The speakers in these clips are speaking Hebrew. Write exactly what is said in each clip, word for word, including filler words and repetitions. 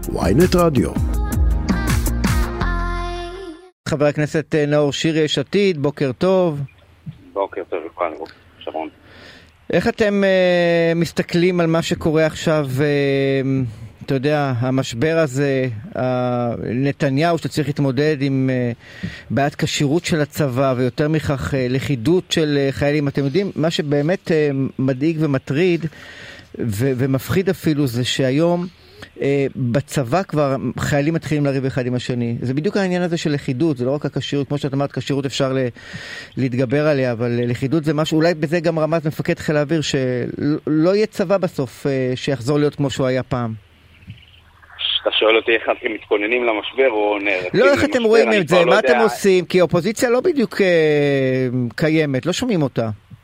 וויינט רדיו. חבר הכנסת נאור שירי, יש עתיד, בוקר טוב. בוקר טוב, לכולם, שרון. איך אתם uh, מסתכלים על מה שקורה עכשיו, uh, אתה יודע, המשבר הזה, uh, נתניהו שצריך להתמודד עם uh, בעיית קשירות של הצבא, ויותר מכך uh, לכידות של uh, חיילים. אתם יודעים, מה שבאמת uh, מדאיג ומטריד, ו- ומפחיד אפילו, זה שהיום Uh, בצבא כבר חיילים מתחילים לריב אחד עם השני. זה בדיוק העניין הזה של לכידות, זה לא רק הקשירות, כמו שאת אמרת, קשירות אפשר ל- להתגבר עליה, אבל לכידות זה משהו, אולי בזה גם רמז מפקד חיל האוויר, שלא יהיה צבא בסוף uh, שיחזור להיות כמו שהוא היה פעם. אתה שואל אותי איך אתם מתכוננים למשבר או נערכים? לא, איך אתם רואים את זה, מה אתם עושים? כי האופוזיציה לא בדיוק uh, קיימת, לא שומעים אותה.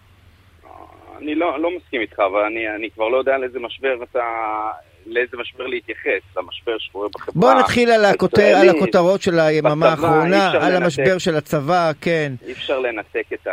אני לא, לא מסכים איתך, אבל אני, אני כבר לא יודע על איזה משבר אתה... לאיזה משבר להתייחס, למשבר שקורה בחברה. בוא נתחיל על, הכותר, על הכותרות של היממה האחרונה, על לנתק, המשבר של הצבא, כן. אי אפשר לנתק את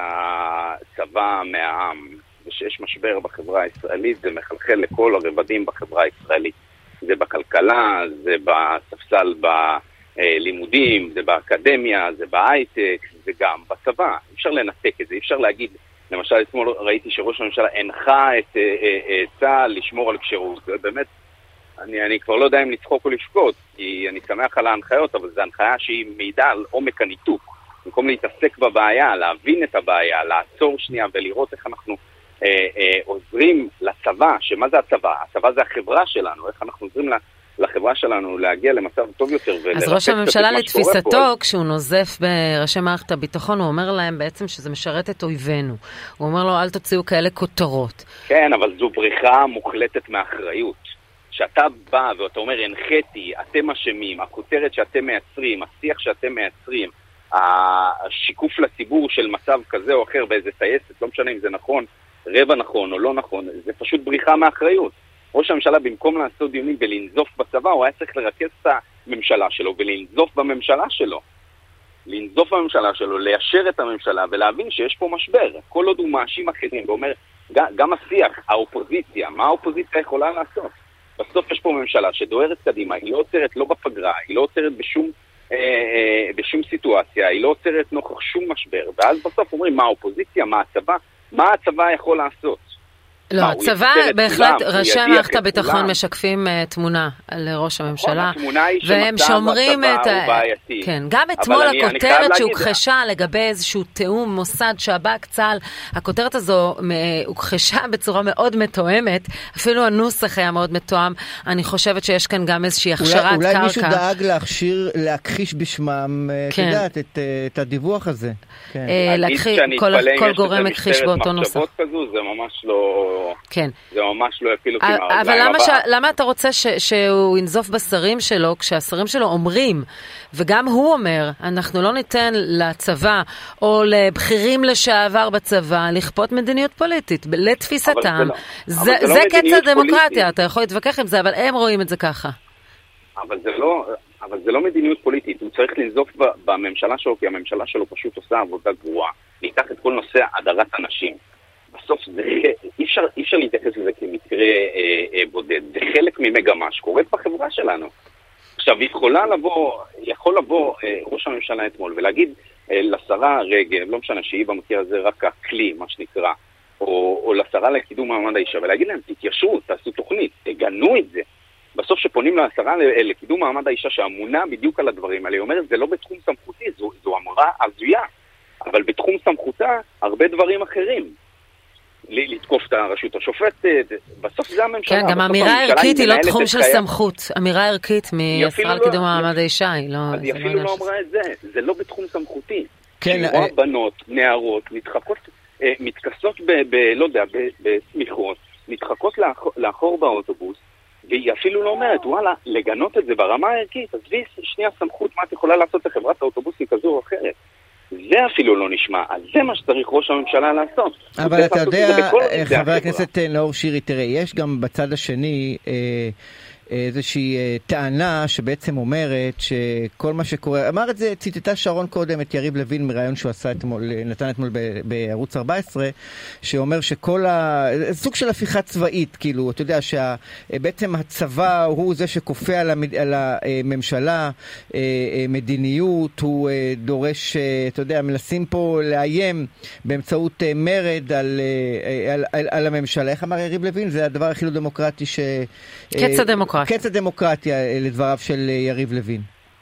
הצבא מהעם, ושיש משבר בחברה הישראלית, זה מחלחל לכל הרבדים בחברה הישראלית. זה בכלכלה, זה בספסל בלימודים, זה באקדמיה, זה בהייטק, זה גם בצבא. אי אפשר לנתק את זה, אי אפשר להגיד, למשל אתמול ראיתי שראש הממשלה הנחה את צה"ל לשמור על כשירות, זה באמת, אני, אני כבר לא יודע אם לצחוק או לשקוט, כי אני שמח על ההנחיות, אבל זו הנחיה שהיא מידע על עומק הניתוק. במקום להתעסק בבעיה, להבין את הבעיה, לעצור שנייה ולראות איך אנחנו אה, אה, עוזרים לצבא, שמה זה הצבא? הצבא זה החברה שלנו, איך אנחנו עוזרים לחברה שלנו להגיע למצב טוב יותר. אז ראש הממשלה לתפיסתו, כשהוא נוזף בראשי מערכת הביטחון, הוא אומר להם בעצם שזה משרת את אויבינו. הוא אומר לו, אל תוציאו כאלה כותרות. כן, אבל זו בריחה מוחלטת מאחריות. שאתה בא ואתה אומר, הנחתי, אתם אשמים, הכותרת שאתם מייצרים, השיח שאתם מייצרים, השיקוף לציבור של מצב כזה או אחר באיזה טייסת, לא משנה אם זה נכון, רבע נכון או לא נכון, זה פשוט בריחה מאחריות. ראש הממשלה במקום לעשות דיונים ולנזוף בצבא, הוא היה צריך לרכז את הממשלה שלו ולנזוף בממשלה שלו. לנזוף בממשלה שלו, ליישר את הממשלה ולהבין שיש פה משבר. כל עוד הוא מאשים אחרים ואומר, גם השיח, האופוזיציה, מה האופוזיציה יכולה לעשות? בסוף יש פה ממשלה שדוהרת קדימה, היא לא עוצרת לא בפגרה, היא לא עוצרת בשום, אה, אה, בשום סיטואציה, היא לא עוצרת נוכח שום משבר, ואז בסוף אומרים מה האופוזיציה, מה הצבא, מה הצבא יכול לעשות? לא, הצבא, בהחלט, ראשי מערכת הביטחון משקפים תמונה לראש הממשלה, והם שומרים את... כן, גם אתמול הכותרת שהוכחשה לגבי איזשהו תיאום מוסד שב"כ צה"ל, הכותרת הזו הוכחשה בצורה מאוד מתואמת, אפילו הנוסח היה מאוד מתואם, אני חושבת שיש כאן גם איזושהי הכשרת קרקע. אולי מישהו דאג להכשיר, להכחיש בשמם, תדעת, את הדיווח הזה. כל גורם הכחיש באותו נוסח. זה ממש לא... כן. זה ממש לא אפילו כמעט. אבל למה, ש... למה אתה רוצה ש... שהוא ינזוף בשרים שלו, כשהשרים שלו אומרים, וגם הוא אומר, אנחנו לא ניתן לצבא, או לבחירים לשעבר בצבא, לכפות מדיניות פוליטית, לתפיסתם. זה, זה, זה, זה קץ הדמוקרטיה, אתה יכול להתווכח עם זה, אבל הם רואים את זה ככה. אבל זה לא... אבל זה לא מדיניות פוליטית, הוא צריך לנזוף בממשלה שלו, כי הממשלה שלו פשוט עושה עבודה גרועה. ניקח את כל נושא הדרת אנשים. בסוף זה, אי אפשר, אי אפשר להתייחס לזה כמקרה אה, אה, בודד. זה חלק ממגמה שקורית בחברה שלנו. עכשיו, יכולה לבוא, יכול לבוא אה, ראש הממשלה אתמול ולהגיד אה, לשרה רגב, לא משנה שהיא במקרה הזה רק הכלי, מה שנקרא, או, או לשרה לקידום מעמד האישה, ולהגיד להם, תתיישרו, תעשו תוכנית, תגנו את זה. בסוף שפונים לשרה לקידום מעמד האישה שאמונה בדיוק על הדברים האלה, היא אומרת, זה לא בתחום סמכותי, זו, זו אמרה הזויה, אבל בתחום סמכותה הרבה דברים אחרים. לתקוף את הרשות השופטת, בסוף זה הממשלה. כן, גם אמירה ערכית היא לא תחום של סמכות. אמירה ערכית מהשרה לקידום מעמד האישה היא לא... אז היא אפילו לא אמרה את זה, זה לא בתחום סמכותי. כן. רואה בנות, נערות, מתחקות, מתכסות ב... לא יודע, בסמיכות, מתחקות לאחור באוטובוס, והיא אפילו לא אומרת, וואלה, לגנות את זה ברמה הערכית, אז זה שנייה סמכות, מה את יכולה לעשות לחברת האוטובוסים כזו או אחרת. זה אפילו לא נשמע, אז זה מה שצריך ראש הממשלה לעשות. אבל אתה יודע, חבר הכנסת נאור שירי, תראה, יש גם בצד השני, איזושהי טענה שבעצם אומרת שכל מה שקורה, אמר את זה, ציטטה שרון קודם את יריב לוין מראיון שהוא עשה אתמול, נתן אתמול בערוץ ארבע עשרה, שאומר שכל ה... סוג של הפיכה צבאית, כאילו, אתה יודע שבעצם הצבא הוא זה שכופה על, המד... על הממשלה מדיניות, הוא דורש, אתה יודע, מנסים פה לאיים באמצעות מרד על, על, על, על הממשלה. איך אמר יריב לוין? זה הדבר הכי לא דמוקרטי ש... קץ הדמוקרטיה. קץ הדמוקרטיה לדבריו של יריב לוין.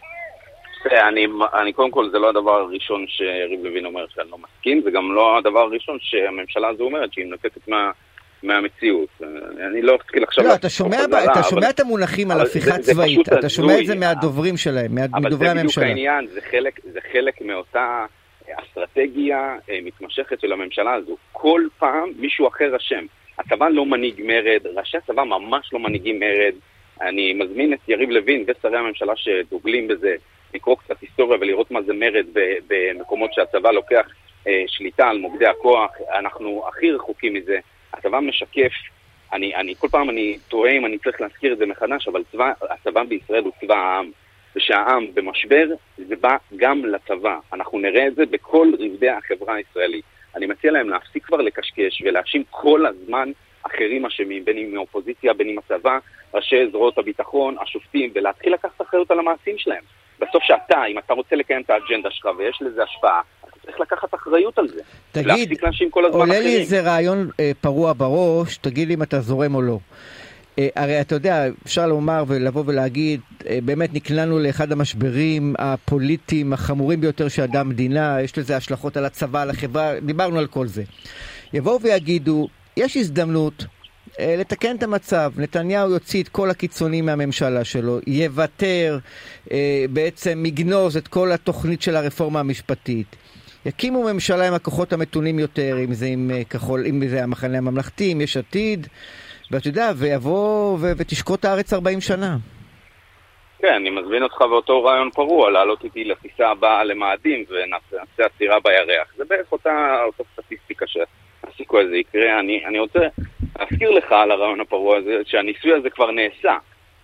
אני, אני קודם כל, זה לא הדבר הראשון שיריב לוין אומר שאני לא מסכים, זה גם לא הדבר הראשון שהממשלה הזו אומרת שהיא נוקטת מה, מהמציאות. אני לא אתחיל עכשיו... לא, אתה שומע, אתה שומע את המונחים על הפיכה צבאית, אתה שומע את זה מהדוברים שלהם, מדוברי הממשלה. אבל זה בדיוק העניין, זה חלק, זה חלק מאותה אסטרטגיה מתמשכת של הממשלה הזו. כל פעם מישהו אחר אשם. הצבא לא מנהיג מרד, ראשי הצבא ממש לא מנהיגים מרד. אני מזמין את יריב לוין ושרי הממשלה שדוגלים בזה, לקרוא קצת היסטוריה ולראות מה זה מרד במקומות שהצבא לוקח אה, שליטה על מוקדי הכוח. אנחנו הכי רחוקים מזה. הצבא משקף, אני, אני, כל פעם אני טועה אם אני צריך להזכיר את זה מחדש, אבל צבא, הצבא בישראל הוא צבא העם, ושהעם במשבר זה בא גם לצבא. אנחנו נראה את זה בכל רבדי החברה הישראלית. אני מציע להם להפסיק כבר לקשקש ולהאשים כל הזמן אחרים אשמים, בין אם מאופוזיציה, בין אם הצבא, ראשי זרועות הביטחון, השופטים, ולהתחיל לקחת אחריות על המעשים שלהם. בסוף שאתה, אם אתה רוצה לקיים את האג'נדה שלך ויש לזה השפעה, אתה צריך לקחת אחריות על זה. תגיד, עולה לי איזה רעיון אה, פרוע בראש, תגיד לי אם אתה זורם או לא. אה, הרי אתה יודע, אפשר לומר ולבוא ולהגיד, אה, באמת נקלענו לאחד המשברים הפוליטיים החמורים ביותר שאדם מדינה, יש לזה השלכות על הצבא, על החברה, דיברנו על כל זה. יבואו ויגידו, יש הזדמנות אה, לתקן את המצב, נתניהו יוציא את כל הקיצונים מהממשלה שלו, יוותר, אה, בעצם יגנוז את כל התוכנית של הרפורמה המשפטית, יקימו ממשלה עם הכוחות המתונים יותר, אם זה, עם, כחול, אם זה המחנה הממלכתי, אם יש עתיד, ואתה יודע, ויבוא ו- ותשקוט הארץ ארבעים שנה. כן, אני מזמין אותך באותו רעיון פרוע, לעלות איתי לטיסה הבאה למאדים ונעשה עצירה בירח. זה בערך אותה, אותה סטטיסטיקה שהסיכוי הזה יקרה. אני, אני רוצה להזכיר לך על הרעיון הפרוע הזה, שהניסוי הזה כבר נעשה.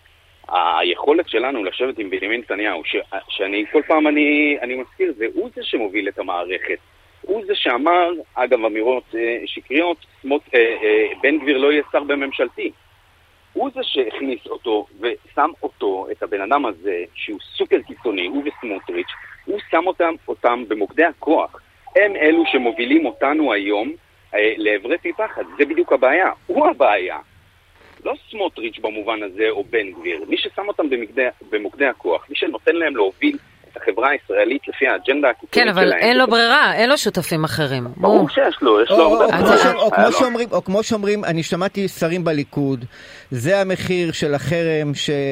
היכולת שלנו לשבת עם בנימין נתניהו, ש, שאני כל פעם אני, אני מזכיר, זה הוא זה שמוביל את המערכת. הוא זה שאמר, אגב, אמירות שקריות, סמות, אה, אה, בן גביר לא יהיה שר בממשלתי. הוא זה שהכניס אותו ושם אותו, את הבן אדם הזה, שהוא סופר קיצוני, הוא וסמוטריץ', הוא שם אותם, אותם במוקדי הכוח. הם אלו שמובילים אותנו היום אה, לעברי פי פחד. זה בדיוק הבעיה. הוא הבעיה. לא סמוטריץ' במובן הזה או בן גביר. מי ששם אותם במוקדי, במוקדי הכוח, מי שנותן להם להוביל את החברה הישראלית לפי האג'נדה הקיצונית שלהם. כן, אבל אין לו ברירה, אין לו שותפים אחרים. ברור שיש לו, יש לו הרבה ברירה. או כמו שאומרים, אני שמעתי שרים בליכוד, זה המחיר של החרם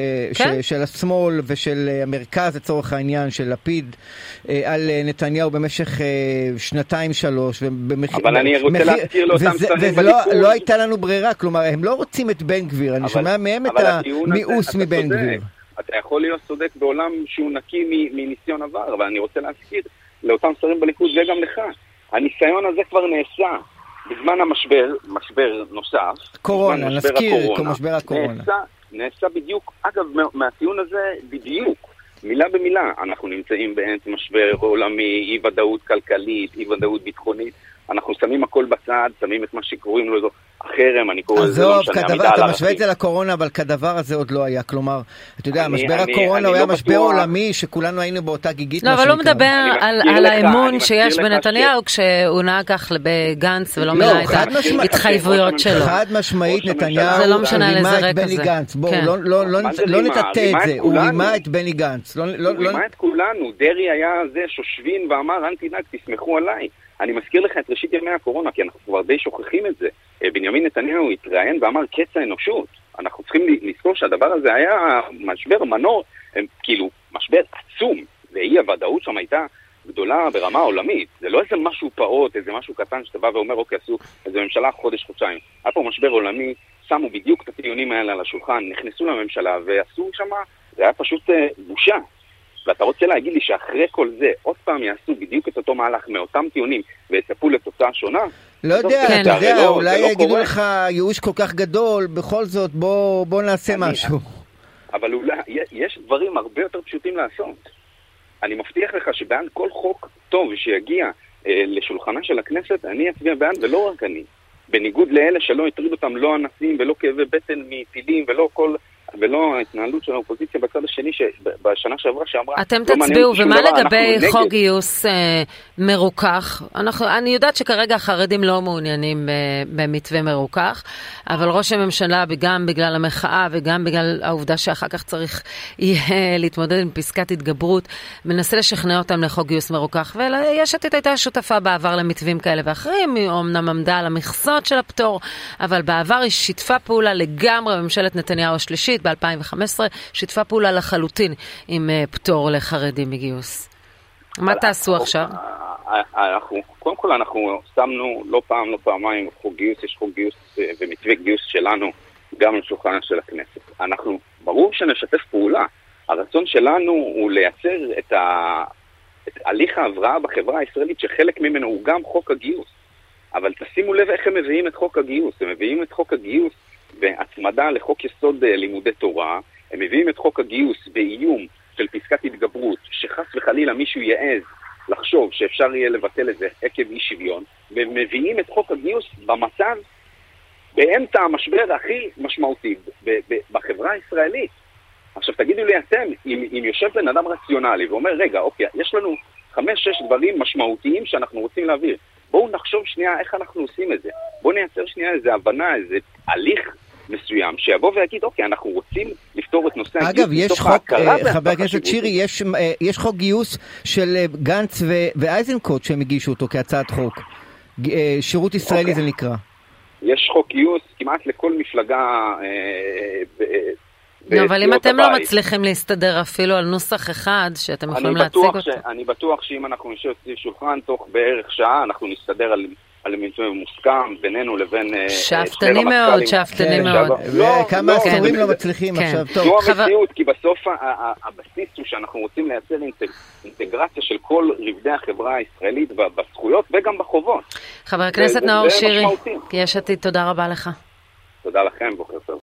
של השמאל ושל המרכז לצורך העניין של לפיד על נתניהו במשך שנתיים שלוש. אבל אני רוצה להזכיר לאותם שרים בליכוד. ולא הייתה לנו ברירה, כלומר, הם לא רוצים את בן גביר, אני שומע מהם את המיאוס מבן גביר. אתה יכול להיות צודק בעולם שהוא נקי מניסיון עבר, אבל אני רוצה להזכיר לאותם שרים בליכוד וגם לך. הניסיון הזה כבר נעשה בזמן המשבר, משבר נוסף. קורונה, נזכיר, משבר הקורונה. נעשה, נעשה בדיוק, אגב, מהטיעון הזה בדיוק, מילה במילה, אנחנו נמצאים באמצע משבר עולמי, אי ודאות כלכלית, אי ודאות ביטחונית, אנחנו שמים הכל בצד, שמים את מה שקוראים לו החרם, אני קורא לזה לא משנה המידה על אתה משווה את זה לקורונה, אבל כדבר הזה עוד לא היה, כלומר, אתה יודע, משבר הקורונה הוא היה משבר עולמי, שכולנו היינו באותה גיגית. לא, אבל הוא מדבר על האמון שיש בנתניהו, כשהוא נהג כך בגנץ, ולא מילא את ההתחייבויות שלו. חד משמעית, נתניהו רימה את בני גנץ, בואו, לא נטטה את זה, הוא רימה את בני גנץ. הוא רימה את כולנו, דרי היה זה שושבין ואמר, אל תדאג, תסמכו עליי. אני מזכיר לך את ראשית ימי הקורונה, כי אנחנו כבר די שוכחים את זה. בנימין נתניהו התראיין ואמר קץ האנושות. אנחנו צריכים לזכור שהדבר הזה היה משבר מנור, כאילו, משבר עצום, ואי הוודאות שם הייתה גדולה ברמה עולמית. זה לא איזה משהו פעוט, איזה משהו קטן שאתה בא ואומר, אוקיי, עשו איזה ממשלה חודש, חודשיים. היה פה משבר עולמי, שמו בדיוק את הטיעונים האלה על השולחן, נכנסו לממשלה ועשו שם, זה היה פשוט בושה. ואתה רוצה להגיד לי שאחרי כל זה, עוד פעם יעשו בדיוק את אותו מהלך מאותם טיעונים, ויצפו לתוצאה שונה? לא יודע, אתה יודע, אולי יגידו לך ייאוש כל כך גדול, בכל זאת בוא נעשה משהו. אבל אולי, יש דברים הרבה יותר פשוטים לעשות. אני מבטיח לך שבעד כל חוק טוב שיגיע אה, לשולחנה של הכנסת, אני אצביע בעד, ולא רק אני. בניגוד לאלה שלא יטריד אותם לא אנסים ולא כאבי בטן מטילים ולא כל... ולא ההתנהלות של האופוזיציה בצד השני שבשנה שעברה שאמרה... אתם תצביעו, ומה לגבי חוק גיוס אה, מרוכך? אנחנו, אני יודעת שכרגע החרדים לא מעוניינים במתווה מרוכך, אבל ראש הממשלה, גם בגלל המחאה וגם בגלל העובדה שאחר כך צריך יהיה להתמודד עם פסקת התגברות, מנסה לשכנע אותם לחוק גיוס מרוכך, ויש עתיד הייתה שותפה בעבר למתווים כאלה ואחרים, היא אומנם עמדה על המכסות של הפטור, אבל בעבר היא שיתפה פעולה לגמרי בממשלת נתניהו השלישית, ב-אלפיים וחמש עשרה, שיתפה פעולה לחלוטין עם פטור לחרדים מגיוס. מה תעשו עכשיו? אנחנו, קודם כל אנחנו שמנו לא פעם, לא פעמיים חוק גיוס, יש חוק גיוס ומתווה גיוס שלנו גם לשולחנה של הכנסת. אנחנו, ברור שנשתף פעולה. הרצון שלנו הוא לייצר את, ה, את הליך ההבראה בחברה הישראלית, שחלק ממנו הוא גם חוק הגיוס. אבל תשימו לב איך הם מביאים את חוק הגיוס. הם מביאים את חוק הגיוס בהצמדה לחוק יסוד לימודי תורה, הם מביאים את חוק הגיוס באיום של פסקת התגברות, שחס וחלילה מישהו יעז לחשוב שאפשר יהיה לבטל את זה עקב אי שוויון, ומביאים את חוק הגיוס במצב, באמצע המשבר הכי משמעותי בחברה הישראלית. עכשיו תגידו לי אתם, אם, אם יושב בן אדם רציונלי ואומר, רגע, אוקיי, יש לנו חמש, שש דברים משמעותיים שאנחנו רוצים להעביר. בואו נחשוב שנייה איך אנחנו עושים את זה. בואו נייצר שנייה איזה הבנה, איזה הליך מסוים, שיבוא ויגיד, אוקיי, אנחנו רוצים לפתור את נושא הגיוס. אגב, יש חוק, חבר הכנסת שירי, יש, יש חוק גיוס של גנץ ואייזנקוט שהם הגישו אותו כהצעת חוק. שירות ישראלי זה נקרא. יש חוק גיוס כמעט לכל מפלגה... אבל אם אתם לא מצליחים להסתדר אפילו על נוסח אחד שאתם יכולים להציג אותו. אני בטוח שאם אנחנו נשב סביב שולחן תוך בערך שעה, אנחנו נסתדר על... על מתווה מוסכם בינינו לבין... שאפתני מאוד, שאפתני מאוד. וכמה עשורים לא מצליחים עכשיו. זו המציאות, כי בסוף הבסיס הוא שאנחנו רוצים לייצר אינטגרציה של כל רבדי החברה הישראלית בזכויות וגם בחובות. חבר הכנסת נאור שירי, יש עתיד, תודה רבה לך. תודה לכם, בוקר טוב.